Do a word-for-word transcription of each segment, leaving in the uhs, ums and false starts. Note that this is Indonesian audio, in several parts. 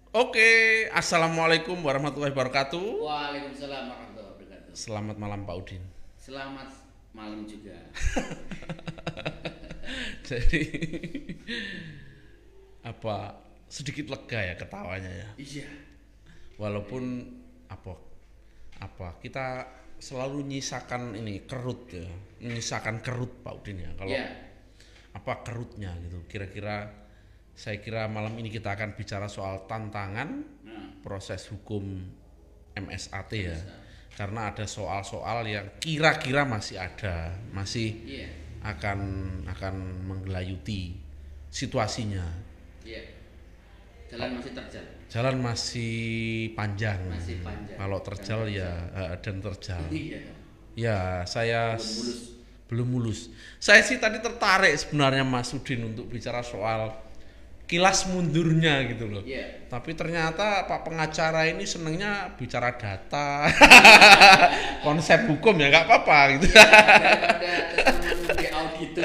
Oke, assalamualaikum warahmatullahi wabarakatuh. Waalaikumsalam warahmatullahi wabarakatuh. Selamat malam Pak Udin. Selamat malam juga. Jadi apa sedikit lega ya ketawanya ya. Iya. Walaupun apa apa kita selalu nyisakan ini kerut ya, menyisakan kerut Pak Udin ya. Kalau Iya. apa kerutnya gitu. Kira-kira saya kira malam ini kita akan bicara soal tantangan Nah, proses hukum M S A T ya. bisa. Karena ada soal-soal yang kira-kira masih ada, masih Iya. akan akan menggelayuti situasinya. Iya. Jalan masih terjal. Jalan masih panjang. Masih panjang. Kalau terjal Dan ya eh, dan terjal. Iya. Ya, saya Belum s- mulus. belum mulus. Saya sih tadi tertarik sebenarnya Mas Udin untuk bicara soal kilas mundurnya gitu loh. Iya. Tapi ternyata Pak pengacara ini senengnya bicara data, konsep hukum ya nggak apa-apa gitu. Daripada teman di auditor.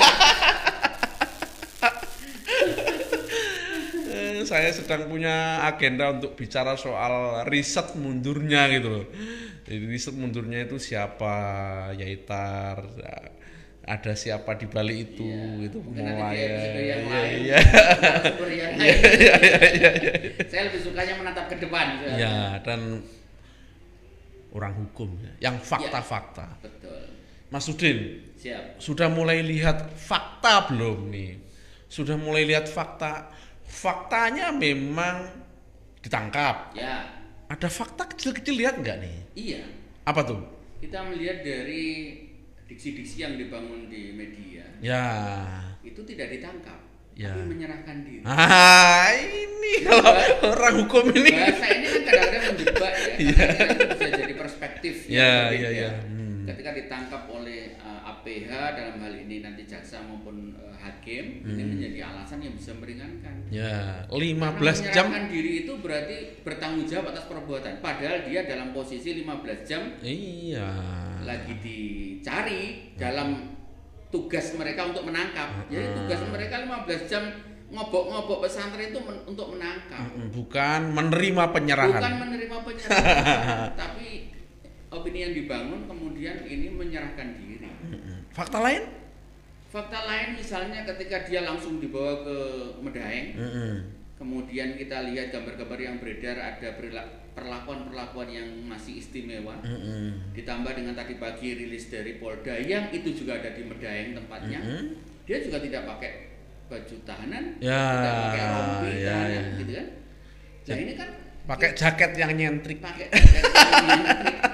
Eh, Saya sedang punya agenda untuk bicara soal riset mundurnya gitu loh. Jadi riset mundurnya itu siapa, Yaitar, ada siapa di balik itu, Iya. itu Mungkin nanti di mulai. episode yang Iya, lain. iya. Narasumber yang lain. Saya lebih sukanya menatap ke depan. Ya, dan orang hukum ya, yang fakta-fakta. Betul. Mas Udin, Siap. sudah mulai lihat fakta belum nih? Sudah mulai lihat fakta. Faktanya memang ditangkap. Ya. Ada fakta kecil-kecil lihat nggak nih? Iya. Apa tuh? Kita melihat dari diksi-diksi yang dibangun di media Ya, itu tidak ditangkap, Ya. tapi menyerahkan diri. ah ini kalau orang hukum ini. Bahasa ini kan kadang-kadang menjebak ya, Iya. karena ini kan bisa jadi perspektif Ya, yang ya, berbeda. ya. Hmm. Ketika ditangkap oleh uh, A P H dalam hal ini nanti jaksa maupun uh, hakim, ini Hmm. menjadi alasan yang bisa meringankan. Ya, Karena lima belas jam. menyerahkan diri itu berarti bertanggung jawab atas perbuatan, padahal dia dalam posisi lima belas jam Iya. lagi dicari dalam tugas mereka untuk menangkap. Jadi tugas mereka lima belas jam ngobok-ngobok pesantren itu men- untuk menangkap. Mm, Bukan menerima penyerahan. Bukan menerima penyerahan, tapi opini yang dibangun kemudian ini menyerahkan diri. Mm-mm. Fakta lain? Fakta lain misalnya ketika dia langsung dibawa ke Medaeng, Mm-mm. kemudian kita lihat gambar-gambar yang beredar ada perila- perlakuan-perlakuan yang masih istimewa. Mm-mm. Ditambah dengan tadi pagi rilis dari Polda yang itu juga ada di Medaeng tempatnya, Mm-mm. dia juga tidak pakai baju tahanan, Ya, tidak pakai rompi ya, tahanan, ya. gitu kan? Nah ini kan Pakai jaket yang nyentrik. pakai jaket yang-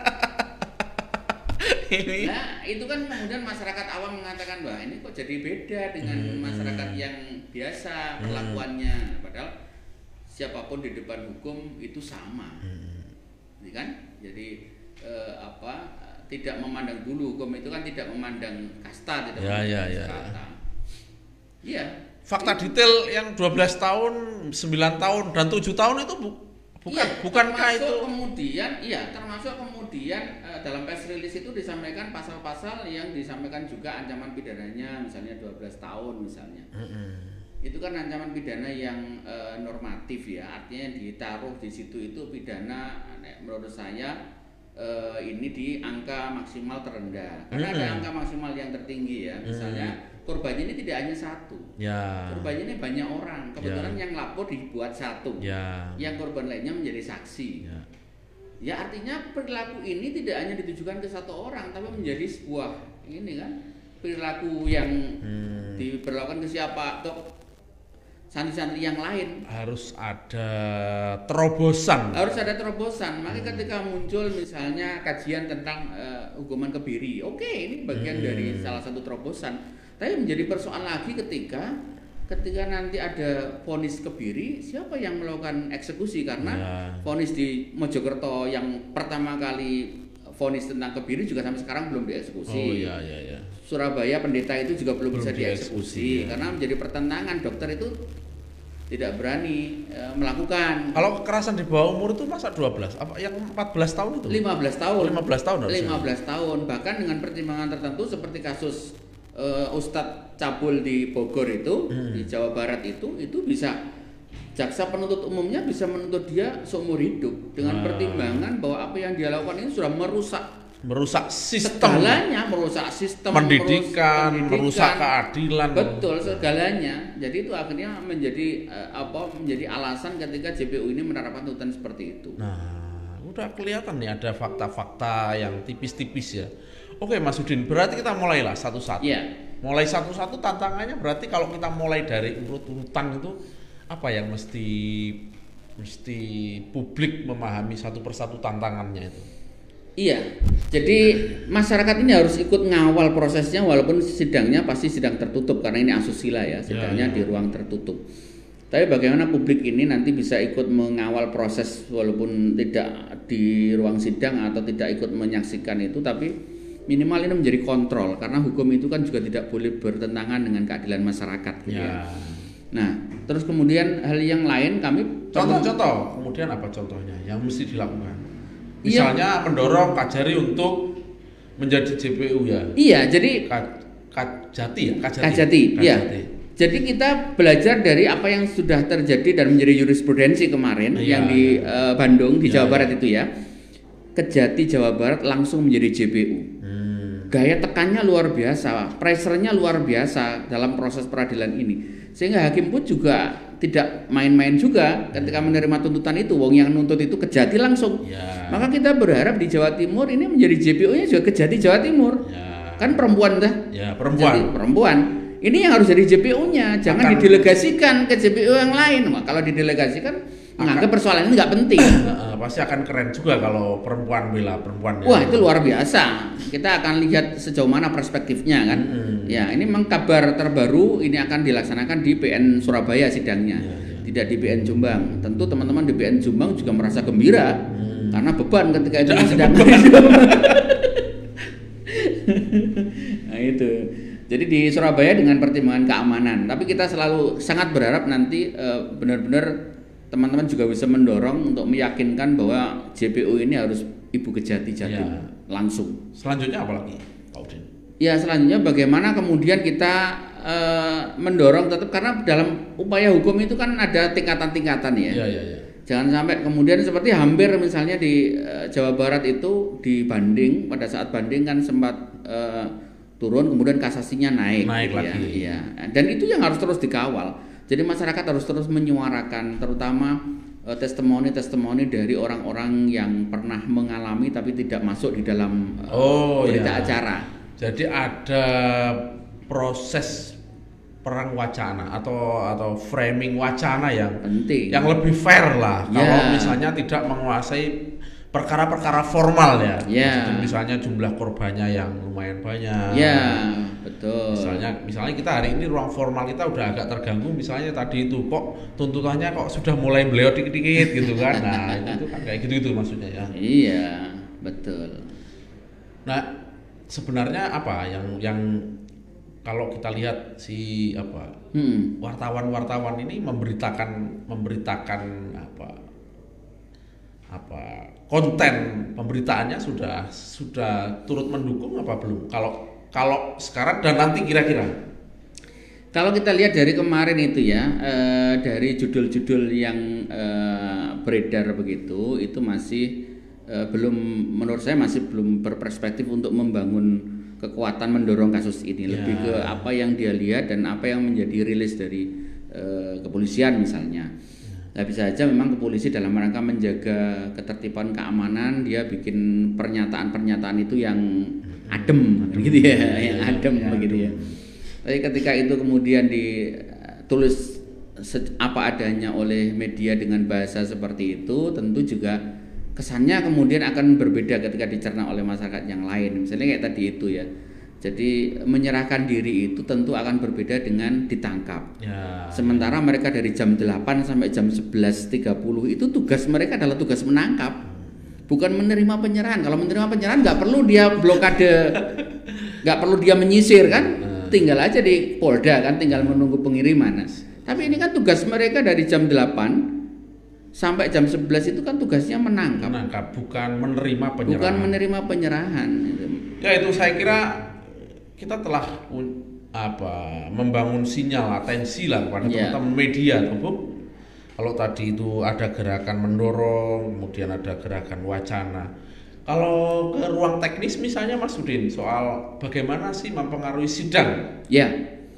Ini. Nah itu kan kemudian masyarakat awam mengatakan bahwa ini kok jadi beda dengan Hmm. masyarakat yang biasa perlakuannya, padahal siapapun di depan hukum itu sama. Hmm. Ini kan jadi eh, apa tidak memandang bulu, hukum itu kan tidak memandang kasta, tidak Ya, memandang ya, ya, strata. Iya. Fakta Itu- detail yang dua belas tahun, sembilan tahun dan tujuh tahun itu bu- bukan iya, bukankah termasuk itu kemudian iya termasuk kemudian eh, dalam press release itu disampaikan pasal-pasal yang disampaikan juga ancaman pidananya misalnya dua belas tahun misalnya. Mm-mm. Itu kan ancaman pidana yang eh, normatif ya, artinya yang ditaruh di situ itu pidana nek menurut saya eh, ini di angka maksimal terendah. Karena ada Mm-mm. angka maksimal yang tertinggi ya, misalnya korbannya ini tidak hanya satu. Ya. Korbannya ini banyak orang. Kebetulan Ya. yang lapor dibuat satu. Ya. Yang korban lainnya menjadi saksi. Ya. Ya artinya perilaku ini tidak hanya ditujukan ke satu orang, tapi menjadi sebuah ini kan perilaku yang Hmm. diberlakukan ke siapa atau santri-santri yang lain. Harus ada terobosan. Harus ada terobosan. Makanya ketika muncul misalnya kajian tentang eh, hukuman kebiri, oke ini bagian Hmm. dari salah satu terobosan. Tapi menjadi persoalan lagi ketika ketika nanti ada vonis kebiri, siapa yang melakukan eksekusi? Karena Ya. vonis di Mojokerto yang pertama kali vonis tentang kebiri juga sampai sekarang belum dieksekusi. Oh ya ya ya. Surabaya pendeta itu juga belum, Belum bisa dieksekusi, dieksekusi ya. karena menjadi pertentangan, dokter itu tidak berani eh, melakukan. Kalau kekerasan di bawah umur itu masa dua belas? Apa yang empat belas tahun itu? lima belas tahun. lima belas tahun harusnya. lima belas tahun bahkan dengan pertimbangan tertentu seperti kasus eh, Ustadz Cabul di Bogor itu, Hmm. di Jawa Barat itu itu bisa jaksa penuntut umumnya bisa menuntut dia seumur hidup dengan nah. pertimbangan bahwa apa yang dia lakukan ini sudah merusak merusak sistem segalanya, merusak sistem pendidikan, merusak, merusak keadilan. Betul, segalanya. Jadi itu akhirnya menjadi uh, apa menjadi alasan ketika J P U ini menerapkan tuntutan seperti itu. Nah, udah kelihatan nih ada fakta-fakta yang tipis-tipis ya. Oke Mas Udin, berarti kita mulailah satu-satu. Yeah. Mulai satu-satu tantangannya berarti kalau kita mulai dari urut-urutan itu apa yang mesti mesti publik memahami satu persatu tantangannya itu. Iya, jadi masyarakat ini harus ikut ngawal prosesnya walaupun sidangnya pasti sidang tertutup karena ini asusila ya, sidangnya ya, ya. di ruang tertutup. Tapi bagaimana publik ini nanti bisa ikut mengawal proses walaupun tidak di ruang sidang atau tidak ikut menyaksikan itu, tapi minimal ini menjadi kontrol karena hukum itu kan juga tidak boleh bertentangan dengan keadilan masyarakat gitu ya. ya. Nah, terus kemudian hal yang lain kami contoh-contoh, kemudian apa contohnya yang mesti dilakukan? Misalnya iya. mendorong Kajari untuk menjadi J P U ya. Iya, jadi Kajati ya, Kajati. Kajati, iya. Jadi kita belajar dari apa yang sudah terjadi dan menjadi jurisprudensi kemarin iya, yang di iya. uh, Bandung di iya, Jawa iya. Barat itu ya. Kejati Jawa Barat langsung menjadi J P U. Hmm. Gaya tekannya luar biasa, pressure-nya luar biasa dalam proses peradilan ini. Sehingga hakim pun juga tidak main-main juga ketika menerima tuntutan itu. Wong yang nuntut itu Kejati langsung. Ya. Maka kita berharap di Jawa Timur ini menjadi J P U-nya juga Kejati Jawa Timur. Ya. Kan perempuan dah. Ya, perempuan. Jadi, perempuan. Ini yang harus jadi J P U-nya. Jangan Akan... didelegasikan ke J P U yang lain. Wah, kalau didelegasikan menganggap persoalan ini nggak penting. Pasti akan keren juga kalau perempuan bela perempuan. Wah, itu luar biasa. Kita akan lihat sejauh mana perspektifnya kan. Hmm. Ya, ini memang kabar terbaru ini akan dilaksanakan di P N Surabaya sidangnya. Ya, ya. Tidak di P N Jombang. Tentu teman-teman di P N Jombang juga merasa gembira hmm. karena beban ketika itu sidang. Nah, itu. Jadi di Surabaya dengan pertimbangan keamanan. Tapi kita selalu sangat berharap nanti uh, benar-benar teman-teman juga bisa mendorong untuk meyakinkan bahwa J P U ini harus Ibu Kejati Jatim ya. langsung. Selanjutnya apa lagi, Pak Udin? Ya selanjutnya bagaimana kemudian kita e, mendorong tetap karena dalam upaya hukum itu kan ada tingkatan-tingkatan ya. Ya, ya, ya. Jangan sampai kemudian seperti hampir misalnya di e, Jawa Barat itu dibanding pada saat banding kan sempat e, turun kemudian kasasinya naik. Naik gitu lagi. Ya. Ya. Dan itu yang harus terus dikawal. Jadi masyarakat harus terus menyuarakan terutama uh, testimoni-testimoni dari orang-orang yang pernah mengalami tapi tidak masuk di dalam uh, oh, berita iya. acara. Jadi ada proses perang wacana atau atau framing wacana yang penting, yang lebih fair lah. Ya. Kalau misalnya tidak menguasai perkara-perkara formal ya. Ya. Misalnya jumlah korbannya yang lumayan banyak. Ya. Betul. Misalnya, misalnya kita hari ini ruang formal kita udah agak terganggu. Misalnya tadi itu kok tuntutannya kok sudah mulai beliau dikit-dikit gitu kan. Nah itu kan kayak gitu-gitu maksudnya ya. Iya betul. Nah sebenarnya apa yang yang kalau kita lihat si apa hmm. wartawan-wartawan ini memberitakan memberitakan apa apa konten pemberitaannya sudah sudah turut mendukung apa belum? Kalau Kalau sekarang dan nanti kira-kira? Kalau kita lihat dari kemarin itu ya, eh, dari judul-judul yang eh, beredar begitu, itu masih eh, belum, menurut saya masih belum berperspektif untuk membangun kekuatan mendorong kasus ini. Ya. Lebih ke apa yang dia lihat dan apa yang menjadi rilis dari eh, kepolisian misalnya. Nah, bisa saja memang kepolisian dalam rangka menjaga ketertiban keamanan, dia bikin pernyataan-pernyataan itu yang adem, adem gitu ya, ya yang adem ya, begitu ya. Tapi ketika itu kemudian ditulis apa adanya oleh media dengan bahasa seperti itu, tentu juga kesannya kemudian akan berbeda ketika dicerna oleh masyarakat yang lain. Misalnya kayak tadi itu ya. Jadi menyerahkan diri itu tentu akan berbeda dengan ditangkap. Ya, Sementara ya. mereka dari jam delapan sampai jam sebelas tiga puluh itu tugas mereka adalah tugas menangkap. Bukan menerima penyerahan. Kalau menerima penyerahan nggak perlu dia blokade, nggak perlu dia menyisir kan, tinggal aja di Polda kan, tinggal menunggu pengiriman. Tapi ini kan tugas mereka dari jam delapan sampai jam sebelas itu kan tugasnya menangkap. Menangkap, bukan menerima penyerahan. Bukan menerima penyerahan. Ya itu saya kira kita telah apa membangun sinyal atensi lah kepada ya. teman-teman media, Kalau tadi itu ada gerakan mendorong, kemudian ada gerakan wacana. Kalau ke ruang teknis misalnya Mas Udin, soal bagaimana sih mempengaruhi sidang? Ya,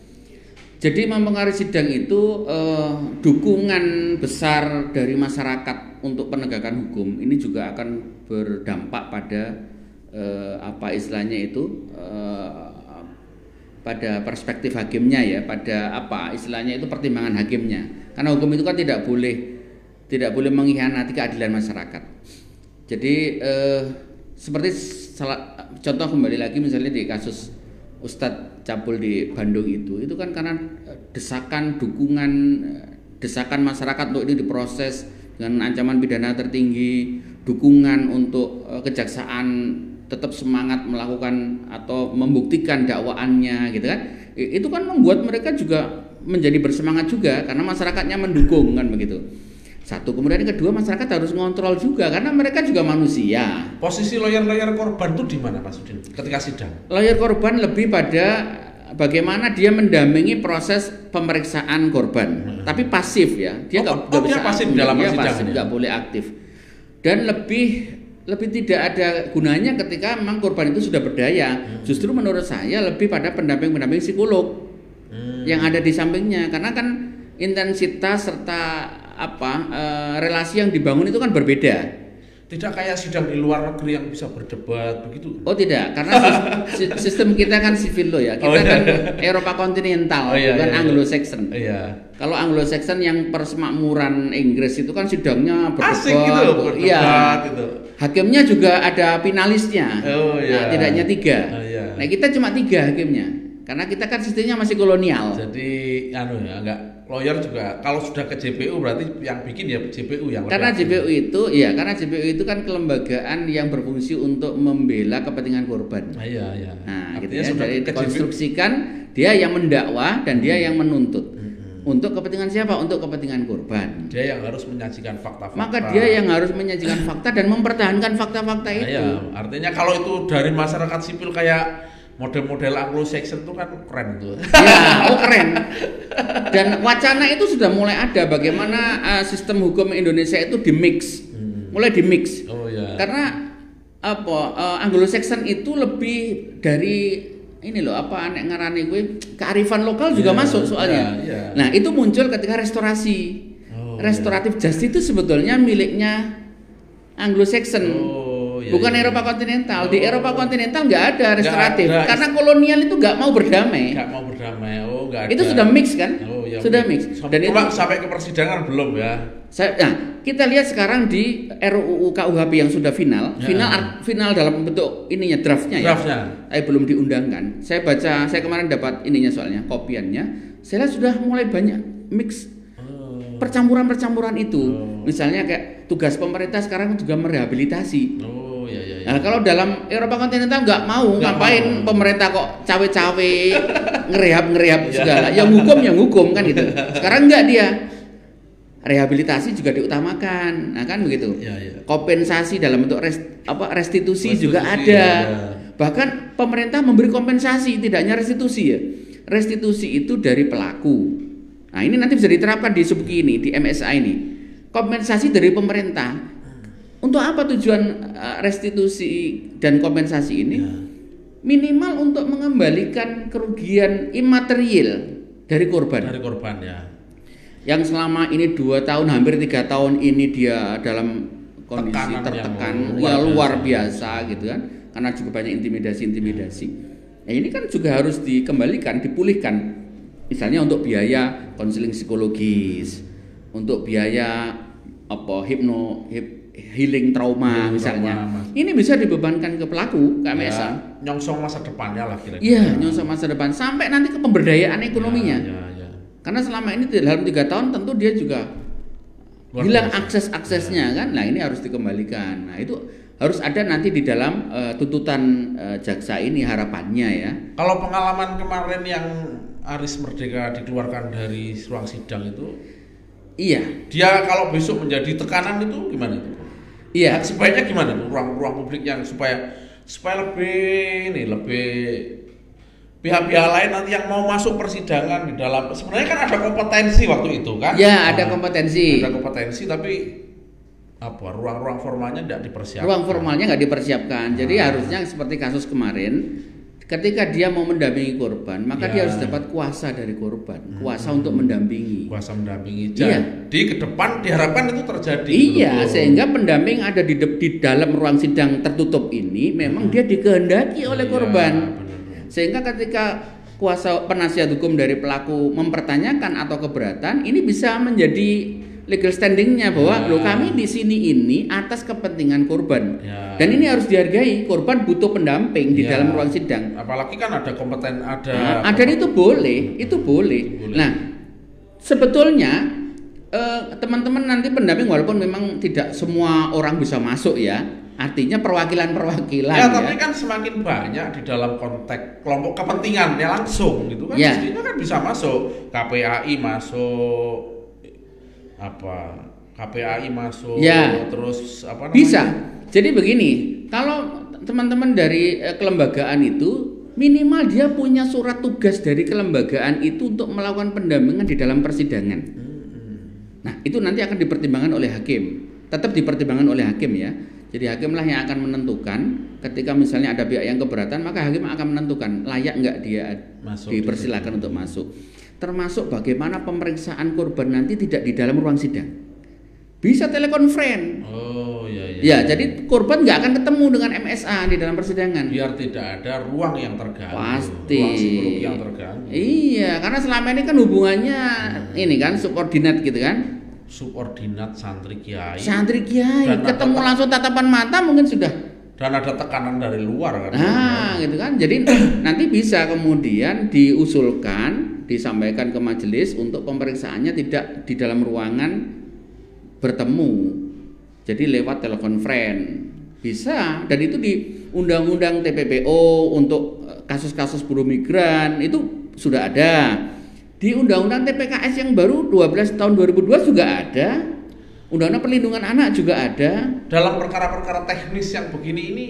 jadi mempengaruhi sidang itu eh, dukungan besar dari masyarakat untuk penegakan hukum ini juga akan berdampak pada eh, apa istilahnya itu eh, pada perspektif hakimnya ya, pada apa istilahnya itu pertimbangan hakimnya. Karena hukum itu kan tidak boleh tidak boleh mengkhianati keadilan masyarakat. Jadi eh, seperti salah, contoh kembali lagi misalnya di kasus Ustadz Cabul di Bandung itu, itu kan karena desakan dukungan desakan masyarakat untuk ini diproses dengan ancaman pidana tertinggi, dukungan untuk eh, kejaksaan tetap semangat melakukan atau membuktikan dakwaannya gitu kan. Itu kan membuat mereka juga menjadi bersemangat juga karena masyarakatnya mendukung kan begitu. Satu, kemudian yang kedua masyarakat harus ngontrol juga karena mereka juga manusia. Posisi lawyer-lawyer korban itu di mana Mas Udin ketika sidang? Lawyer korban lebih pada bagaimana dia mendampingi proses pemeriksaan korban, hmm. tapi pasif ya. Dia nggak oh, oh, bisa pasif dalam dia persidangan, pasif, nggak boleh aktif. Dan lebih lebih tidak ada gunanya ketika memang korban itu sudah berdaya. Hmm. Justru menurut saya lebih pada pendamping-pendamping psikolog hmm. yang ada di sampingnya, karena kan intensitas serta apa e, relasi yang dibangun itu kan berbeda. Tidak kayak sidang di luar negeri yang bisa berdebat begitu. Oh tidak, karena sistem kita kan civil law ya. Kita oh, iya. kan Eropa kontinental, oh, iya, bukan iya, Anglo-Saxon. Iya. Kalau Anglo-Saxon yang persemakmuran Inggris itu kan sidangnya berdebat. Asik gitu, berdebat iya. gitu. Hakimnya juga ada finalisnya. Oh iya. Nah, tidak hanya tiga. Oh, iya. Nah kita cuma tiga hakimnya. Karena kita kan sistemnya masih kolonial. Jadi anu ya, enggak lawyer juga kalau sudah ke J P U berarti yang bikin ya J P U yang karena J P U itu ya karena J P U itu kan kelembagaan yang berfungsi untuk membela kepentingan korban. Ah, iya iya. Nah, gitu ya. Jadi dikonstruksikan dia yang mendakwa dan dia yang menuntut. Hmm. Untuk kepentingan siapa? Untuk kepentingan korban. Dia yang harus menyajikan fakta-fakta. Maka dia yang harus menyajikan fakta dan mempertahankan fakta-fakta itu. Iya, artinya kalau itu dari masyarakat sipil kayak model-model Anglo-Saxon itu kan keren tuh. Ya, oh keren. Dan wacana itu sudah mulai ada bagaimana uh, sistem hukum Indonesia itu dimix, hmm. mulai dimix. Oh ya. Karena apa uh, Anglo-Saxon itu lebih dari ini loh apa anek ngarani gue kearifan lokal juga yeah, masuk soalnya. Yeah, yeah. Nah itu muncul ketika restorasi. Oh, restoratif yeah. justice itu sebetulnya miliknya Anglo-Saxon. Oh. Ya, bukan ya. Eropa kontinental. Oh. Di Eropa kontinental nggak ada restoratif ada. Karena kolonial itu nggak mau berdamai. Nggak mau berdamai. Oh, nggak ada. Itu sudah mix kan? Oh, ya, sudah mix. Dan itu sampai ke persidangan belum ya? Saya, nah, kita lihat sekarang di R U U K U H P yang sudah final, ya. final final dalam bentuk ininya draftnya, draftnya. ya. Tapi belum diundangkan. Saya baca, saya kemarin dapat ininya soalnya kopiannya. Saya lihat sudah mulai banyak mix oh. percampuran-percampuran itu. Oh. Misalnya kayak tugas pemerintah sekarang juga merehabilitasi. Oh. Ya, ya, ya. Nah, kalau dalam Eropa kontinental nggak mau gak ngapain mau. Pemerintah kok cawe-cawe ngerehab-ngerehab segala. Yang hukum yang hukum kan gitu. Sekarang nggak dia. Rehabilitasi juga diutamakan. Nah kan begitu. Ya, ya. Kompensasi dalam bentuk rest, apa restitusi, restitusi juga ada. Ya, ya. Bahkan pemerintah memberi kompensasi, tidak hanya restitusi ya. Restitusi itu dari pelaku. Nah, ini nanti bisa diterapkan di Subki ini, di M S A ini. Kompensasi dari pemerintah. Untuk apa tujuan restitusi dan kompensasi ini? Ya. Minimal untuk mengembalikan kerugian imaterial dari korban. Dari korban ya. Yang selama ini dua tahun, hampir tiga tahun ini dia dalam kondisi tekanan tertekan, ya luar biasa, biasa gitu kan? Karena juga banyak intimidasi-intimidasi. Nah, ini kan juga harus dikembalikan, dipulihkan. Misalnya untuk biaya konseling psikologis, untuk biaya apa hipno hip, healing trauma healing misalnya. Trauma, ini bisa dibebankan ke pelaku K M S A. Ya, nyongsong masa depannya lah kira-kira. Iya, nyongsong masa depan sampai nanti ke pemberdayaan ekonominya. Ya, ya, ya. Karena selama ini dalam tiga tahun tentu dia juga luar hilang biasa. Akses-aksesnya ya. Kan. Nah, ini harus dikembalikan. Nah, itu harus ada nanti di dalam uh, tuntutan uh, jaksa ini harapannya ya. Kalau pengalaman kemarin yang Aris Merdeka dikeluarkan dari ruang sidang itu, iya. Dia kalau besok menjadi tekanan itu gimana itu? Iya. Sebaiknya gimana tuh ruang-ruang publik yang supaya supaya lebih ini lebih pihak-pihak lain nanti yang mau masuk persidangan di dalam, sebenarnya kan ada kompetensi waktu itu kan? Ya, ada Nah, kompetensi. Ada kompetensi tapi apa? Ruang-ruang formalnya tidak dipersiapkan. Ruang formalnya nggak dipersiapkan. Jadi Ah. harusnya seperti kasus kemarin, ketika dia mau mendampingi korban, maka Ya. dia harus dapat kuasa dari korban, kuasa Hmm. untuk mendampingi. Kuasa mendampingi. Iya. Jadi ke depan diharapkan itu terjadi. Iya, betul. sehingga pendamping ada di, de- di dalam ruang sidang tertutup ini memang dia dikehendaki oleh Iya, korban. benar-benar. Sehingga ketika kuasa penasihat hukum dari pelaku mempertanyakan atau keberatan, ini bisa menjadi legal standingnya bahwa Ya. lo kami di sini ini atas kepentingan korban. Ya. Dan ini harus dihargai. Korban butuh pendamping di Ya. dalam ruang sidang. Apalagi kan ada kompeten, ada. Nah, ada itu boleh, itu boleh. Itu boleh. Nah, sebetulnya eh, teman-teman nanti pendamping walaupun memang tidak semua orang bisa masuk ya, artinya perwakilan-perwakilan Ya, ya. tapi kan semakin banyak di dalam konteks kelompok kepentingan ya langsung gitu kan, Ya. mestinya kan bisa masuk. K P A I masuk, apa K P A I masuk, Ya. terus apa namanya? Bisa. Jadi begini, kalau teman-teman dari eh, kelembagaan itu minimal dia punya surat tugas dari kelembagaan itu untuk melakukan pendampingan di dalam persidangan. Nah, itu nanti akan dipertimbangkan oleh hakim. Tetap dipertimbangkan oleh hakim ya. Jadi hakimlah yang akan menentukan ketika misalnya ada pihak yang keberatan, maka hakim akan menentukan layak nggak dia Masuk dipersilakan untuk masuk. Termasuk bagaimana pemeriksaan korban nanti tidak di dalam ruang sidang. Bisa telekonferensi. Oh iya iya. Ya, jadi korban nggak akan ketemu dengan M S A di dalam persidangan. Biar tidak ada ruang yang terganggu. Pasti. Ruang psikologi yang terganggu. Iya, karena selama ini kan hubungannya ini kan subordinat gitu kan. Subordinat santri kiai. Santri kiai Dan ketemu ada- langsung tatapan mata mungkin sudah. Dan ada tekanan dari luar kan. Nah, gitu kan. Jadi nanti bisa kemudian diusulkan, disampaikan ke majelis untuk pemeriksaannya tidak di dalam ruangan bertemu. Jadi lewat telekonferensi. Bisa, dan itu di Undang-Undang T P P O untuk eh, kasus-kasus buruh migran itu sudah ada. Di Undang-Undang T P K S yang baru dua belas tahun dua ribu dua juga ada. Undang-Undang Perlindungan Anak juga ada. Dalam perkara-perkara teknis yang begini ini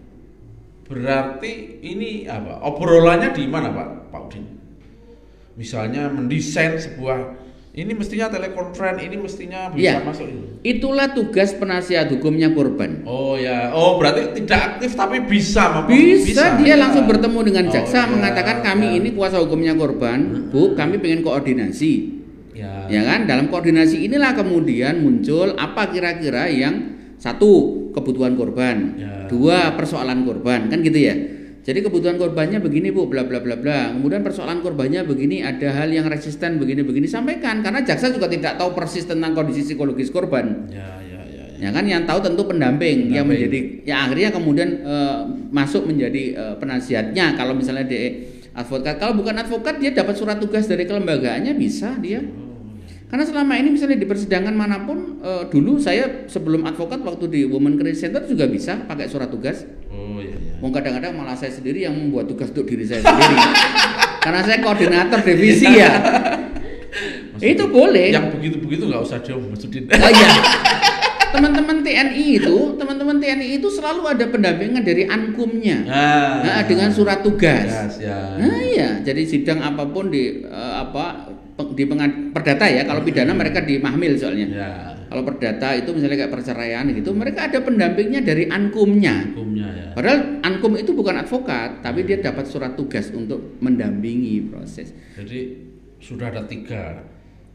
berarti ini apa? Obrolannya di mana, Pak? Pak Udin? Misalnya mendesain sebuah, ini mestinya telekonferensi, ini mestinya bisa Ya. masuk ini. Itulah tugas penasihat hukumnya korban. Oh ya, oh berarti tidak aktif tapi bisa, Pak. Bisa, dia ya. langsung bertemu dengan jaksa Oh, iya, mengatakan kami ya. ini kuasa hukumnya korban, Bu, kami pengen koordinasi. Ya. Ya kan? Dalam koordinasi inilah kemudian muncul apa kira-kira yang satu kebutuhan korban, Ya. dua persoalan korban, kan gitu ya. Jadi kebutuhan korbannya begini Bu, bla bla bla bla. Kemudian persoalan korbannya begini, ada hal yang resisten begini-begini, sampaikan karena jaksa juga tidak tahu persis tentang kondisi psikologis korban. Ya, ya, ya, ya. Ya kan yang tahu tentu pendamping, yang Pendamping. menjadi ya akhirnya kemudian eh, masuk menjadi eh, penasihatnya kalau misalnya dia advokat. Kalau bukan advokat dia dapat surat tugas dari kelembagaannya bisa dia. Karena selama ini misalnya di persidangan manapun eh, dulu saya sebelum advokat waktu di Women Crisis Center juga bisa pakai surat tugas. Oh iya, iya. Wong kadang-kadang malah saya sendiri yang membuat tugas untuk diri saya sendiri. Karena saya koordinator divisi ya. Maksudnya, Itu boleh. Yang begitu-begitu nggak usah jauh, maksudin. Oh iya. Teman-teman T N I itu, teman-teman T N I itu selalu ada pendampingan dari ankumnya. Nah, Nah, dengan surat tugas. Yes, ya. Nah, iya, jadi sidang apapun di eh, apa pe- di pengad- perdata ya, kalau pidana mereka di mahmil soalnya. Ya. Kalau perdata itu misalnya kayak perceraian gitu, mereka ada pendampingnya dari ankumnya. Hukumnya ya. Padahal ankum itu bukan advokat, tapi dia dapat surat tugas untuk mendampingi proses. Jadi sudah ada tiga,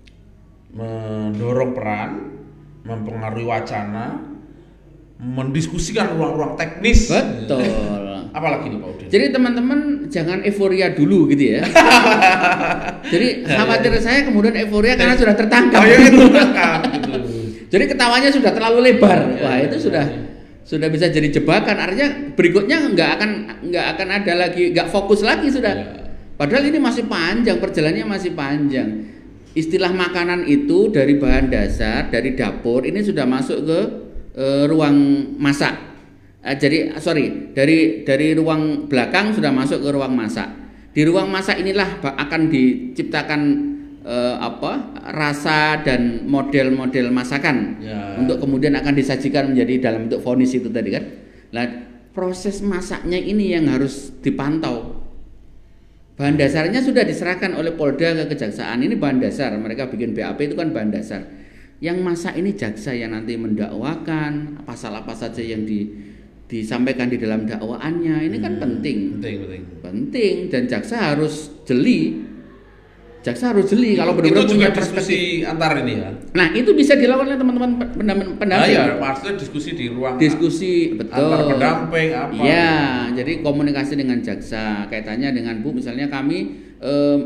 mendorong peran, mempengaruhi wacana, mendiskusikan ruang-ruang teknis. Betul. Apalagi nih Pak Udin? Jadi teman-teman jangan euforia dulu gitu ya. Jadi khawatir saya kemudian euforia karena sudah tertangkap. Oh iya itu tertangkap gitu. Jadi ketawanya sudah terlalu lebar. Ya, Wah, itu ya, sudah ya. sudah bisa jadi jebakan. Artinya berikutnya nggak akan nggak akan ada lagi, nggak fokus lagi sudah. Ya. Padahal ini masih panjang, perjalanannya masih panjang. Istilah makanan itu dari bahan dasar, dari dapur ini sudah masuk ke eh, ruang masak. Eh, jadi sorry dari dari ruang belakang sudah masuk ke ruang masak. Di ruang masak inilah ba- akan diciptakan eh, apa rasa dan model-model masakan Ya. untuk kemudian akan disajikan menjadi dalam bentuk vonis itu tadi kan. Nah proses masaknya ini yang harus dipantau. Bahan dasarnya sudah diserahkan oleh Polda ke kejaksaan. Ini bahan dasar, mereka bikin B A P itu kan bahan dasar. Yang masa ini jaksa yang nanti mendakwakan pasal apa saja yang di, disampaikan di dalam dakwaannya. Ini kan hmm, penting. Penting, penting. Penting dan jaksa harus jeli. Jaksa harus jeli kalau benar-benar punya diskusi antar ini ya. Nah, itu bisa dilakukan oleh teman-teman pendamping. Ah, ya, maksudnya diskusi di ruang diskusi betul. Antar pendamping apa. Ya, jadi komunikasi dengan jaksa. Kaitannya dengan Bu, misalnya kami eh,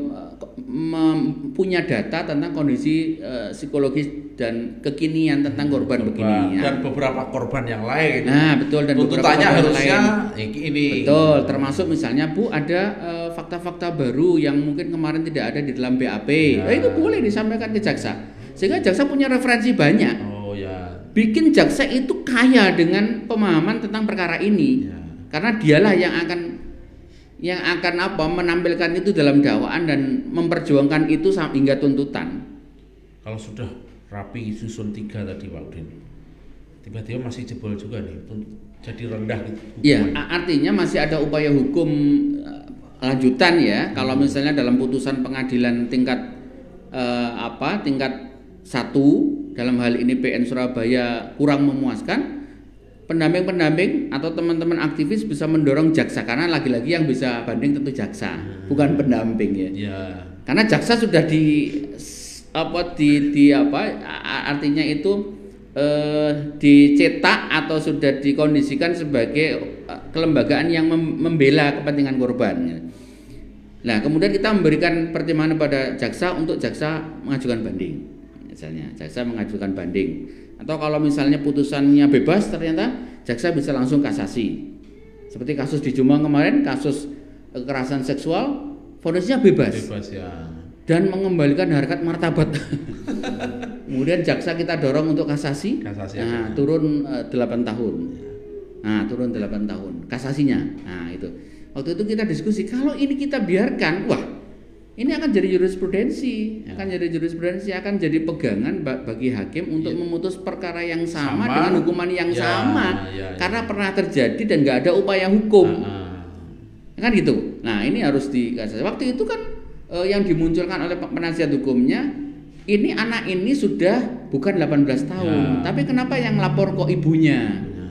punya data tentang kondisi eh, psikologis dan kekinian tentang korban, korban begini dan ya. Beberapa korban yang lain. Nah, betul dan tuntutannya harusnya lain. Ini. Betul, termasuk misalnya Bu ada uh, fakta-fakta baru yang mungkin kemarin tidak ada di dalam B A P. Ya. Nah, itu boleh disampaikan ke jaksa. Sehingga jaksa punya referensi banyak. Oh ya. Bikin jaksa itu kaya dengan pemahaman tentang perkara ini. Ya. Karena dialah yang akan yang akan apa menampilkan itu dalam dakwaan dan memperjuangkan itu hingga tuntutan. Kalau sudah rapi susun tiga tadi Pak Udin, tiba-tiba masih jebol juga nih, jadi rendah gitu. Iya, artinya masih ada upaya hukum lanjutan ya. Hmm. Kalau misalnya dalam putusan pengadilan tingkat eh, apa tingkat satu dalam hal ini P N Surabaya kurang memuaskan, pendamping-pendamping atau teman-teman aktivis bisa mendorong jaksa karena lagi-lagi yang bisa banding tentu jaksa, hmm. bukan pendamping ya. Ya. Karena jaksa sudah di apa di, di apa artinya itu eh, dicetak atau sudah dikondisikan sebagai kelembagaan yang mem, membela kepentingan korban. Nah, kemudian kita memberikan pertimbangan pada jaksa untuk jaksa mengajukan banding. Misalnya, jaksa mengajukan banding. Atau kalau misalnya putusannya bebas ternyata jaksa bisa langsung kasasi. Seperti kasus di Jombang kemarin, kasus kekerasan seksual, vonisnya bebas. Bebas ya. Dan mengembalikan harkat martabat. Kemudian jaksa kita dorong untuk kasasi, kasasi nah, turun uh, delapan tahun. Nah, turun delapan tahun kasasinya. Nah, itu. Waktu itu kita diskusi, kalau ini kita biarkan, wah, ini akan jadi jurisprudensi, ya. akan jadi jurisprudensi, akan jadi pegangan bagi hakim untuk ya. memutus perkara yang sama, sama dengan hukuman yang ya, sama, ya, ya, karena ya. pernah terjadi dan nggak ada upaya hukum, uh, uh. kan gitu. Nah, ini harus dikasih. Waktu itu kan eh, yang dimunculkan oleh penasihat hukumnya, ini anak ini sudah bukan delapan belas tahun, ya. tapi kenapa yang lapor kok ibunya? Ya.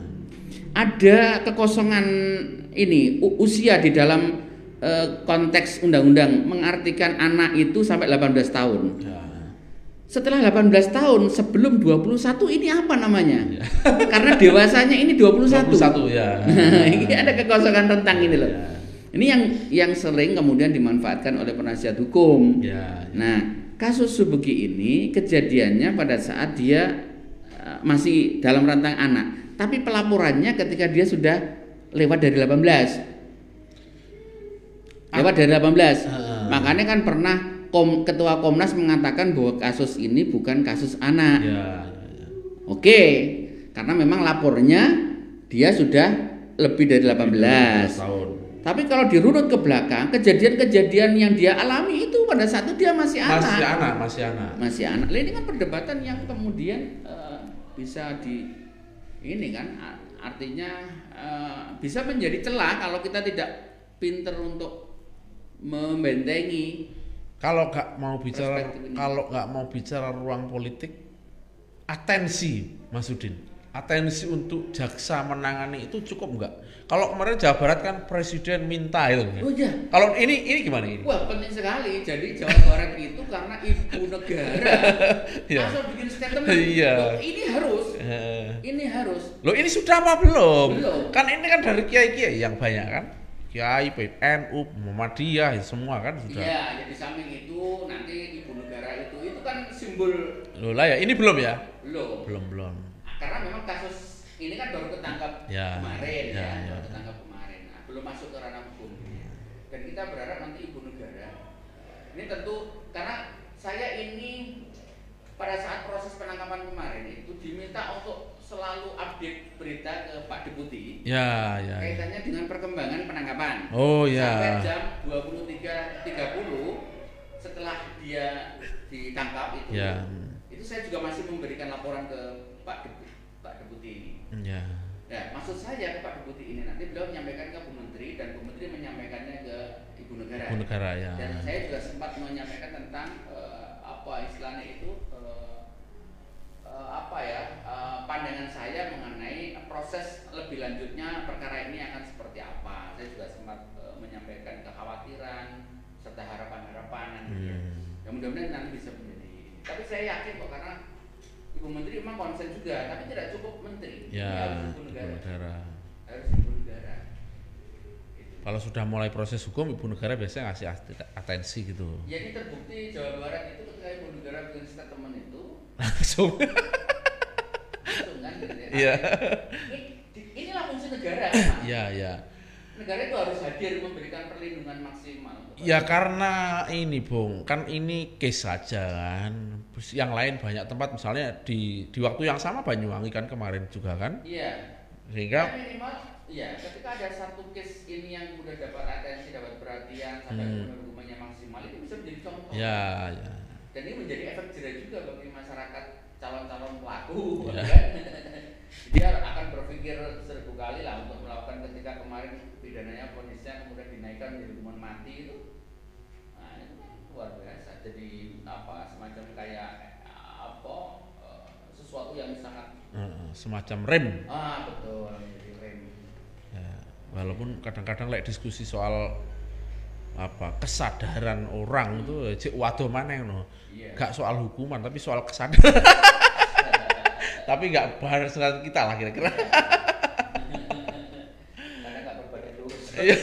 Ada kekosongan ini usia di dalam uh, konteks undang-undang mengartikan anak itu sampai delapan belas tahun. Ya. Setelah delapan belas tahun sebelum dua puluh satu ini apa namanya? Ya. Karena dewasanya ini dua puluh satu. dua puluh satu ya. Ini ada kekosongan rentang ini loh. Ya. Ini yang yang sering kemudian dimanfaatkan oleh penasihat hukum. Ya, ya. Nah, kasus Subegi ini kejadiannya pada saat dia uh, masih dalam rentang anak, tapi pelaporannya ketika dia sudah lewat dari delapan belas. Lewat dari delapan belas. Uh. Makanya kan pernah Kom, Ketua Komnas mengatakan bahwa kasus ini bukan kasus anak. Ya, ya, ya. Oke, karena memang lapornya dia sudah lebih dari delapan belas tahun. Tapi kalau dirunut ke belakang, kejadian-kejadian yang dia alami itu pada saat itu dia masih anak. Masih anak, masih anak. Masih anak. Ini kan perdebatan yang kemudian uh, bisa di ini kan artinya uh, bisa menjadi celah kalau kita tidak pinter untuk membentengi. Kalau nggak mau bicara, kalau nggak mau bicara ruang politik, atensi, Mas Udin, atensi untuk jaksa menangani itu cukup nggak? Kalau kemarin Jawa Barat kan presiden minta itu. Oh iya. Kalau ini ini gimana ini? Wah, penting sekali. Jadi Jawa Barat itu karena ibu negara langsung bikin statement. Iya. Loh, ini harus. Ini harus. Loh, ini sudah apa belum? Belum. Kan ini kan dari kiai-kiai yang banyak kan? Kiai, N U, Muhammadiyah, semua kan sudah. Iya, jadi samping itu nanti ibu negara itu itu kan simbol. Loh lah ya, ini belum ya? Belum. Belum belum. Karena memang kasus ini kan baru ketangkap ya, kemarin ya, ya, ya. Baru ketangkap kemarin. Nah, belum masuk ke ranah hukum. Dan kita berharap nanti ibu negara ini tentu karena saya ini pada saat proses penangkapan kemarin itu diminta untuk selalu update berita ke Pak Deputi. Ya, ya. Kaitannya ya. dengan perkembangan penangkapan. Oh ya. Sampai jam dua puluh tiga tiga puluh setelah dia ditangkap itu. Ya. Itu saya juga masih memberikan laporan ke Pak Deputi. Pak Deputi ini. Ya. Nah, maksud saya Pak Deputi ini nanti beliau menyampaikan ke Bu Menteri dan Bu Menteri menyampaikannya ke Ibu Negara. Ibu Negara ya. Dan saya juga sempat menyampaikan tentang uh, apa istilahnya itu uh, uh, apa ya uh, pandangan saya mengenai proses lebih lanjutnya perkara ini akan seperti apa. Saya juga sempat uh, menyampaikan kekhawatiran serta harapan-harapan nanti. Hmm. Ya mudah-mudahan nanti bisa menjadi. Tapi saya yakin kok karena Ibu Menteri memang konsen juga, tapi tidak cukup Menteri. Ya, ini harus Ibu Negara. Ibu Negara. Harus Ibu Negara. Gitu. Kalau sudah mulai proses hukum, Ibu Negara biasanya ngasih atensi gitu. Ya ini terbukti Jawa Barat itu ketika Ibu Negara bikin statement itu langsung. langsung kan gitu ya. Iya. Inilah fungsi negara. Iya, iya. Negara itu harus hadir memberikan perlindungan maksimal. Ya karena ini Bung, kan ini case saja kan. Yang lain banyak tempat misalnya di di waktu yang sama Banyuwangi kan kemarin juga kan. Iya. Sehingga ya, minimal ya ketika ada satu case ini yang sudah dapat atensi, dapat perhatian sampai hmm. hukumannya maksimal itu bisa menjadi contoh. Ya, ya. Dan ini menjadi efek jerah juga bagi masyarakat calon-calon pelaku ya. kan. Dia akan berpikir seribu kali lah untuk melakukan ketika kemarin pidananya ponisnya kemudian dinaikkan menjadi hukuman mati itu. Nah, itu kan luar biasa. Jadi apa semacam kayak apa sesuatu yang sangat uh, semacam rem. Ah, betul, jadi rem. Ya, walaupun kadang-kadang like diskusi soal apa kesadaran orang itu cek waduh mana no. Iya. Gak soal hukuman tapi soal kesadaran. Tapi nggak bahas kita lah kira-kira. Karena nggak berbadan lurus. Iya.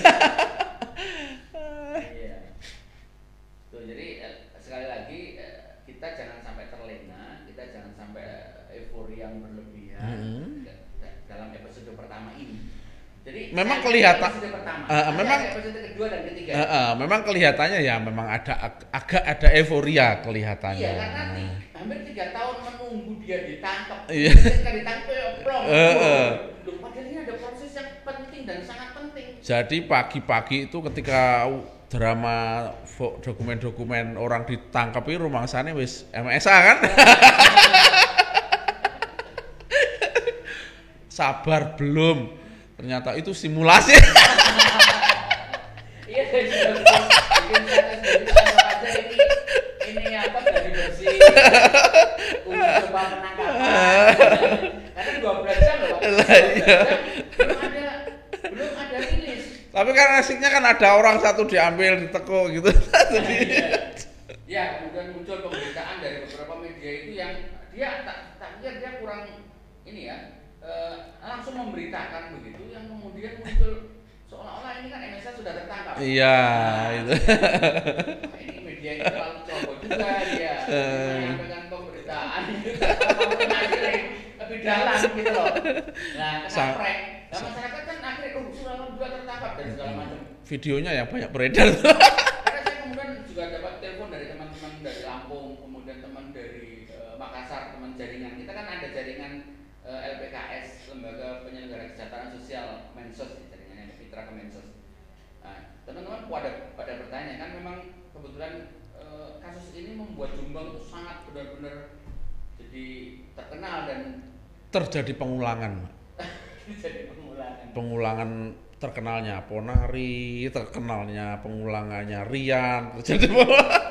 Tuh, jadi sekali lagi kita jangan sampai terlena, kita jangan sampai euforia yang berlebihan mm-hmm. dalam episode pertama ini. Jadi memang kelihatan episode pertama, uh, memang episode kedua dan ketiga. Uh, uh, memang kelihatannya ya memang ada ag- agak ada euforia kelihatannya. Iya, karena nanti hampir tiga tahun menunggu dia ditangkap. Iya. Ketika ditangkap ya plong. Uh, uh. Loh, padahal ini ada proses yang penting dan sangat penting. Jadi pagi-pagi itu ketika drama dokumen-dokumen orang ditangkap itu rumangsane wis M S A kan? Sabar belum. Ternyata itu simulasi. Iya, sudah bikin status aja ini ini apa dari bersih untuk coba penangkapan. Karena dua belas jam loh. Belum ada belum ada rilis. Tapi kan asiknya kan ada orang satu diambil ditekuk gitu. Jadi ya, kemudian muncul pemberitaan dari beberapa media itu yang dia tak tak pikir dia kurang ini ya. Uh, langsung memberitakan begitu yang kemudian muncul seolah-olah ini kan M S A sudah tertangkap. Iya, nah, itu. Ini media ini terlalu coba juga dia menyampaikan pemberitaan itu akhirnya lebih dalam gitu loh. Nah, kena prank. Nah, masyarakat kan akhirnya oh sudah alhamdulillah tertangkap dan segala macam. Videonya yang banyak beredar. Karena saya kemudian juga dapat telepon dari teman-teman dari Lampung, kemudian teman dari uh, Makassar, teman jaringan. Kita kan ada jaringan L P K S, Lembaga Penyelenggara Kesejahteraan Sosial Mensos, jaringannya Mitra Kemensos. Nah, teman-teman pada pada bertanya kan memang kebetulan e, kasus ini membuat Jombang itu sangat benar-benar jadi terkenal dan terjadi pengulangan. Jadi pengulangan. Pengulangan terkenalnya Ponari, terkenalnya pengulangannya Rian, terjadi pengulangan.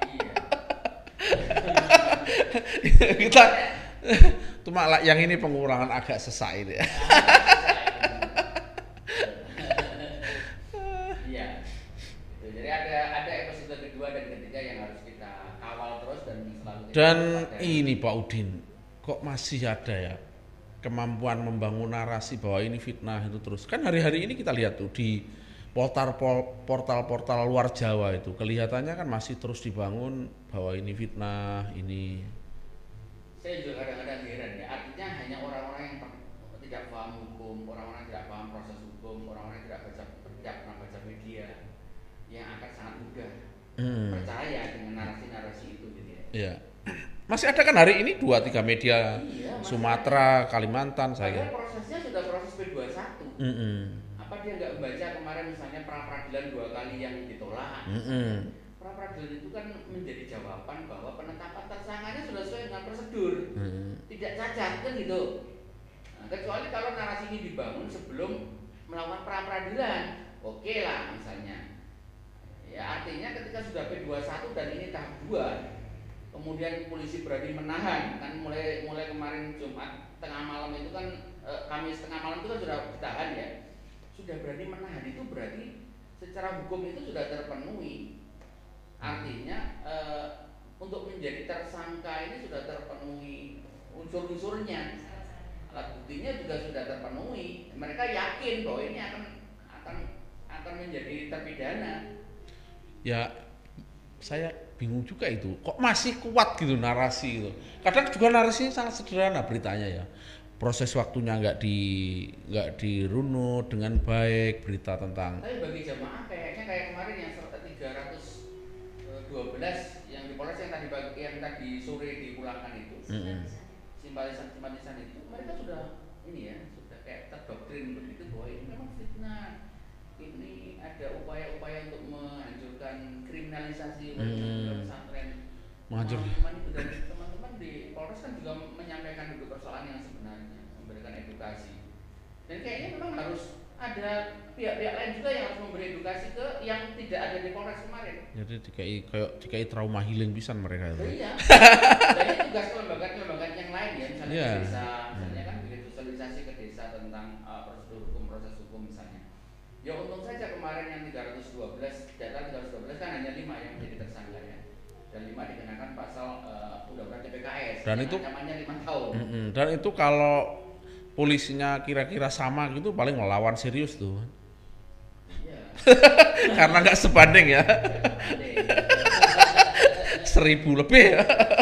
Iya. Kita cuma yang ini pengurangan agak sesak ini. Iya. Jadi ada ada episode kedua dan ketiga yang harus kita kawal terus dan selalu kita dan ini Pak Udin, kok masih ada ya kemampuan membangun narasi bahwa ini fitnah itu terus. Kan hari-hari ini kita lihat tuh di portal-portal luar Jawa itu kelihatannya kan masih terus dibangun bahwa ini fitnah, ini. Saya juga kadang-kadang heran ya, artinya hanya orang-orang yang tidak paham hukum, orang-orang yang tidak paham proses hukum, orang-orang yang tidak baca, tidak pernah baca media, yang akan sangat mudah hmm. percaya dengan narasi-narasi itu, gitu ya. Iya. Masih ada kan hari ini dua tiga media iya, Sumatera, Kalimantan, saya. Prosesnya sudah proses P dua puluh satu. Mm-hmm. Apa dia nggak membaca kemarin misalnya pra peradilan dua kali yang ditolak? Mm-hmm. Pra-peradilan itu kan menjadi jawaban bahwa penetapan tersangkanya sudah sesuai dengan prosedur, hmm. tidak cacat kan gitu. Nah, kecuali kalau narasi ini dibangun sebelum melakukan pra peradilan, oke okay lah misalnya. Ya artinya ketika sudah P dua puluh satu dan ini tahap dua, kemudian polisi berani menahan, kan mulai mulai kemarin Jumat tengah malam itu kan eh, Kamis tengah malam itu kan sudah ditahan ya, sudah berani menahan, itu berarti secara hukum itu sudah terpenuhi. Artinya eh, untuk menjadi tersangka ini sudah terpenuhi unsur-unsurnya, alat buktinya juga sudah terpenuhi. Mereka yakin bahwa ini akan akan akan menjadi terpidana. Ya saya bingung juga itu, kok masih kuat gitu narasi itu. Kadang juga narasinya sangat sederhana beritanya ya, proses waktunya nggak di nggak dirunut dengan baik berita tentang. Tapi bagi jamaah kayaknya kayak kemarin yang tiga ratus dua belas yang di Polres yang tadi yang tadi sore dipulangkan itu, mm-hmm. simpatisan simpatisan itu mereka sudah ini ya sudah kayak terdoktrin begitu bahwa ini memang fitnah, ini ada upaya-upaya untuk menghancurkan kriminalisasi hmm. pesantren. Menghancur. Teman-teman itu dari teman-teman di Polres kan juga menyampaikan duduk persoalan yang sebenarnya, memberikan edukasi. Dan kayaknya memang harus ada pihak-pihak lain juga yang harus memberi edukasi ke yang tidak ada di Polres kemarin. Jadi dikai kayak dikai trauma healing pisan mereka itu. Iya. Dan ini tugas kelembagaan-kelembagaan yang lain ya, misalnya yeah. Di desa, misalnya kan begitu sosialisasi ke desa tentang uh, prosedur hukum, proses hukum misalnya. Ya untung saja kemarin yang tiga ratus dua belas, data tiga ratus dua belas kan hanya lima yang menjadi tersangka ya. Dan lima dikenakan pasal uh, undang-undang T P K S. Dan itu ancamannya lima tahun. Mm-mm. Dan itu kalau polisinya kira-kira sama gitu paling melawan serius tuh. Iya. Karena nggak sebanding ya. Seribu lebih.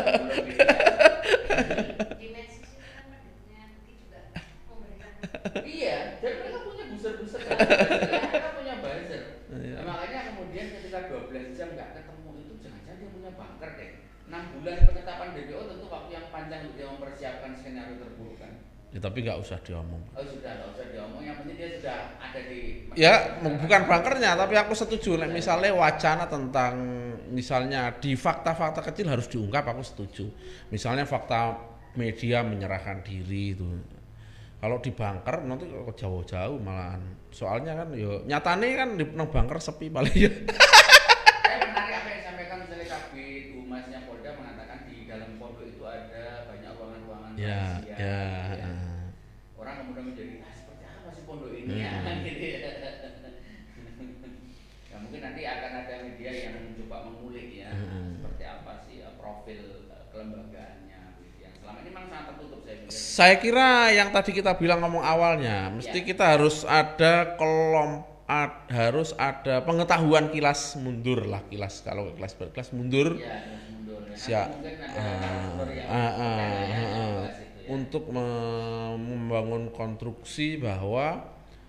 Iya, dan mereka punya buzzer-buzzer kan. Mereka punya buzzer. Iya. Nah, makanya kemudian ketika dua belas jam nggak ketemu itu jangan-jangan dia punya bunker deh. enam bulan penetapan D P O tentu waktu yang panjang untuk dia mempersiapkan skenario terburuk kan. Ya tapi nggak usah diomong. Oh sudah, nggak usah diomong. Yang penting dia sudah ada di. Ya bukan bunkernya, tapi aku setuju. Nah, misalnya wacana tentang misalnya di fakta-fakta kecil harus diungkap, aku setuju. Misalnya fakta media menyerahkan diri itu. Kalau di bunker nanti kalau jauh-jauh malahan. Soalnya kan yo nyatane kan di nang bunker sepi paling ya. Saya menarik apa yang disampaikan misalnya Kabid Humasnya Polda mengatakan di dalam pondok itu ada banyak ruangan-ruangan ya, rahasia. Ya, Ya. Orang kemudian menjadi ah, seperti apa sih pondok ini hmm. ya gitu ya. Ya mungkin nanti akan ada media yang mencoba mengulik ya hmm. seperti apa sih profil kelembagaannya yang selama ini memang sangat tertutup saya pikir. Saya kira yang tadi kita bilang ngomong awalnya mesti ya. Kita harus ada kelompok ad, harus ada pengetahuan kilas mundur lah kilas kalau kelas berkelas mundur. Ya, mundur. Ya. Siap. Untuk membangun konstruksi bahwa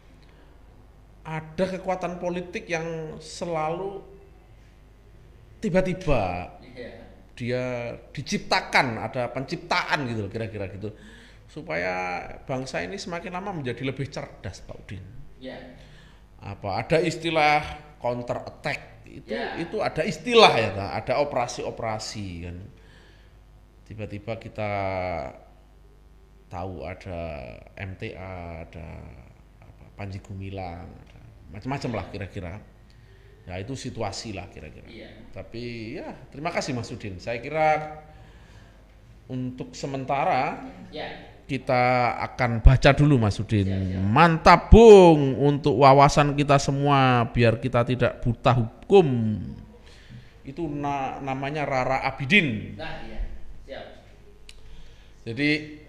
ada kekuatan politik yang selalu tiba-tiba yeah. Dia diciptakan, ada penciptaan gitu kira-kira gitu supaya bangsa ini semakin lama menjadi lebih cerdas Pak Udin. Yeah. Apa ada istilah counter attack itu yeah. Itu ada istilah ya, ada operasi-operasi kan. Tiba-tiba kita tahu ada M T A, ada apa, Panji Gumilang, ada macam-macam lah kira-kira. Ya itu situasi lah kira-kira. Iya. Tapi ya terima kasih Mas Udin. Saya kira untuk sementara ya. Kita akan baca dulu Mas Udin. Ya, ya. Mantap Bung untuk wawasan kita semua biar kita tidak buta hukum. Itu na- namanya Rara Abidin. Nah, iya. Siap. Jadi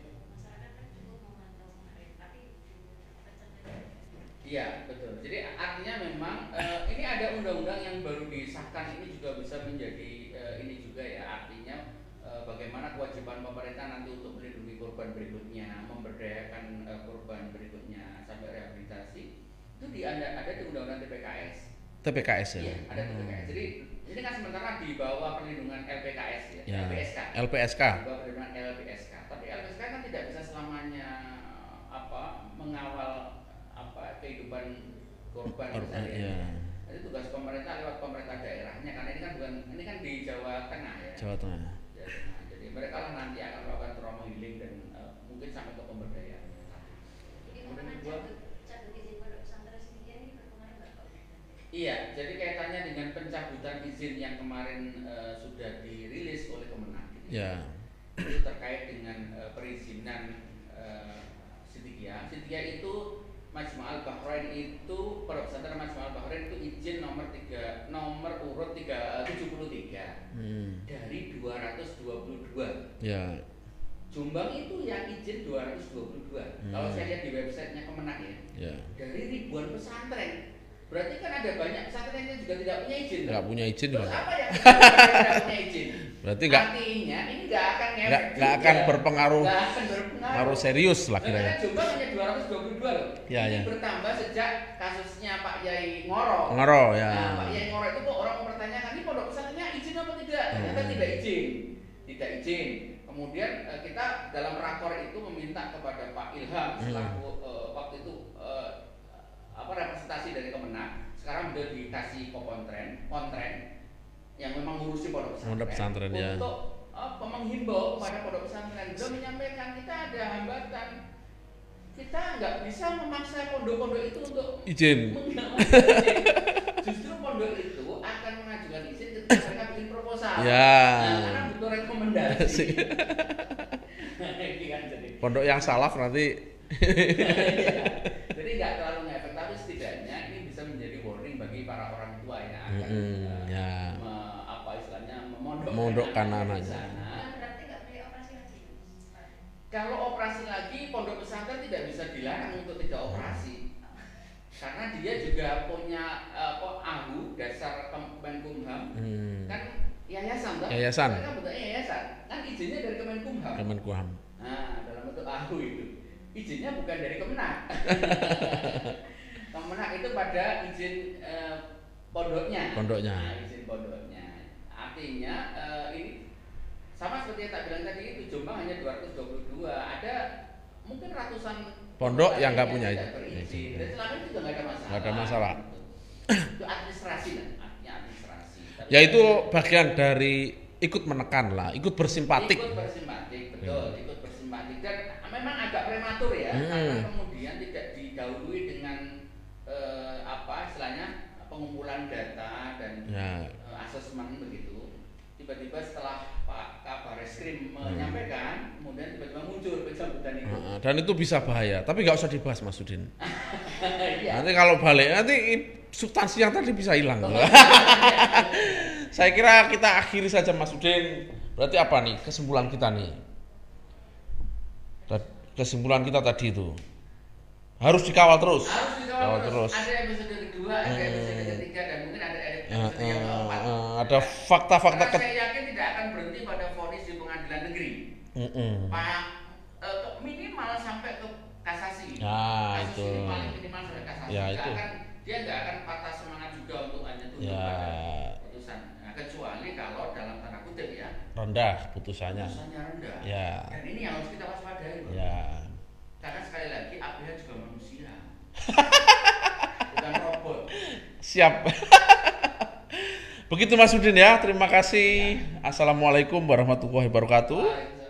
iya betul. Jadi artinya memang uh, ini ada undang-undang yang baru disahkan ini juga bisa menjadi uh, ini juga ya artinya uh, bagaimana kewajiban pemerintah nanti untuk melindungi korban berikutnya, memberdayakan uh, korban berikutnya sampai rehabilitasi itu di ada ada di undang-undang T P K S. T P K S ya. Iya ada T P K S. Jadi ini kan sementara di bawah perlindungan L P K S ya, ya. L P S K. L P S K. Di bawah perlindungan L P S K. Tapi L P S K kan tidak bisa selamanya apa mengawal kehidupan korban misalnya. Ya. Jadi tugas pemerintah lewat pemerintah daerahnya karena ini kan bukan ini kan di Jawa Tengah ya. Jawa Tengah. Jawa Tengah. Jadi mereka lah nanti akan melakukan trauma healing dan uh, mungkin sampai ke pemberdayaan. ribuan. Iya, jadi kaitannya dengan pencabutan izin yang kemarin uh, sudah dirilis oleh Kemenak. Ya. Itu terkait dengan uh, perizinan uh, Sidikiyah. Sidikiyah itu Majma'al Bahrain itu Pondok Pesantren Majma'al Bahrain itu izin nomor tiga nomor urut tiga tujuh puluh tiga hmm. dari dua ratus dua puluh dua. Ya. Jombang itu yang izin dua ratus dua puluh dua. Hmm. Kalau saya lihat di websitenya Kemenak ya, ya. Dari ribuan pesantren. Berarti kan ada banyak pesantren yang juga tidak punya izin. Tidak punya izin. Terus apa yang tidak punya izin? Berarti enggak. Artinya ini enggak akan ngefek. Enggak akan berpengaruh. Enggak akan berpengaruh. Ngaruh serius lah kiranya. Karena Jombang hanya dua ratus dua puluh dua loh. Ya, ini ya. bertambah sejak kasusnya Pak Yai Ngoro. Ngoro ya. Nah, Pak Yai Ngoro itu kok orang mempertanyakan ini pondok pesantrennya izin apa tidak? Ternyata hmm. tidak izin. Tidak izin. Kemudian kita dalam rakor itu meminta kepada Pak Ilham selaku hmm. uh, waktu itu uh, apa representasi dari Kemenak. Sekarang sudah dikasih kontren, kontren yang memang ngurusi pondok pesantren, pesantren ya. Untuk uh, menghimbau kepada pondok pesantren, beliau menyampaikan kita ada hambatan, kita nggak bisa memaksa pondok-pondok itu untuk izin. Justru pondok itu akan mengajukan izin ketika mereka bikin proposal. Ya. Nah, karena butuh rekomendasi. Pondok yang salaf nanti. Jadi nggak terlalu ngefek, tapi setidaknya ini bisa menjadi warning bagi para orang tua yang akan mm, uh, ya. me, apa istilahnya memondokkan memondokkan anak di anaknya. sana. Berarti nggak boleh operasi lagi. Kalau operasi lagi, pondok pesantren tidak bisa dilarang untuk tidak operasi, karena dia juga punya apa uh, ahu dasar Kemenkumham, hmm. kan yayasan kan? Yayasan. Mereka bentuknya yayasan, kan izinnya dari Kemenkumham. Kemenkumham. Nah, dalam bentuk ahu itu. Izinnya bukan dari Kemenak. Kemenak itu pada izin eh, pondoknya. Pondoknya. Nah, izin pondoknya. Artinya eh, ini sama seperti yang tak bilang tadi itu Jombang hanya dua ratus dua puluh dua. Ada mungkin ratusan pondok yang nggak punya izin. Dan selama itu juga nggak ada masalah. Nggak ada masalah. Itu administrasi lah, artinya administrasi. Tapi ya itu bagian dari ikut menekan lah, ikut bersimpatik. Ikut bersimpatik, betul. Hmm. Ikut bersimpatik dan memang agak prematur ya, hmm. karena kemudian tidak didahului dengan eh, apa istilahnya pengumpulan data dan ya. eh, asesmen begitu. Tiba-tiba setelah Pak Kabar Eskrim menyampaikan, hmm. kemudian tiba-tiba muncul pencabutan itu. Hmm. Dan itu bisa bahaya, tapi nggak usah dibahas Mas Udin. Ya. Nanti kalau balik, nanti substansi yang tadi bisa hilang. Oh. Saya kira kita akhiri saja Mas Udin. Berarti apa nih kesimpulan kita nih? Kesimpulan kita tadi itu harus dikawal terus. Harus dikawal Kawal terus. terus. Ada episode kedua, ada episode ketiga, dan mungkin ada episode uh, uh, yang keempat. Uh, ada fakta-fakta. Karena saya yakin tidak akan berhenti pada vonis di pengadilan negeri. Uh, uh. Pak, uh, minimal sampai ke kasasi. Nah, Kasus itu. ini paling minimal sampai kasasi. Ya, Nggak itu. Akan, dia nggak akan patah semangat juga untuk hanya tunduk ya. pada putusan. Nah, kecuali kalau dalam tanda kutip ya. Rendah putusannya. Putusannya rendah. Ya. Dan ini yang harus kita waspadai. Ya. Karena sekali lagi A B H juga manusia. Bukan robot. Siap. Begitu Mas Udin ya. Terima kasih. Assalamualaikum warahmatullahi wabarakatuh.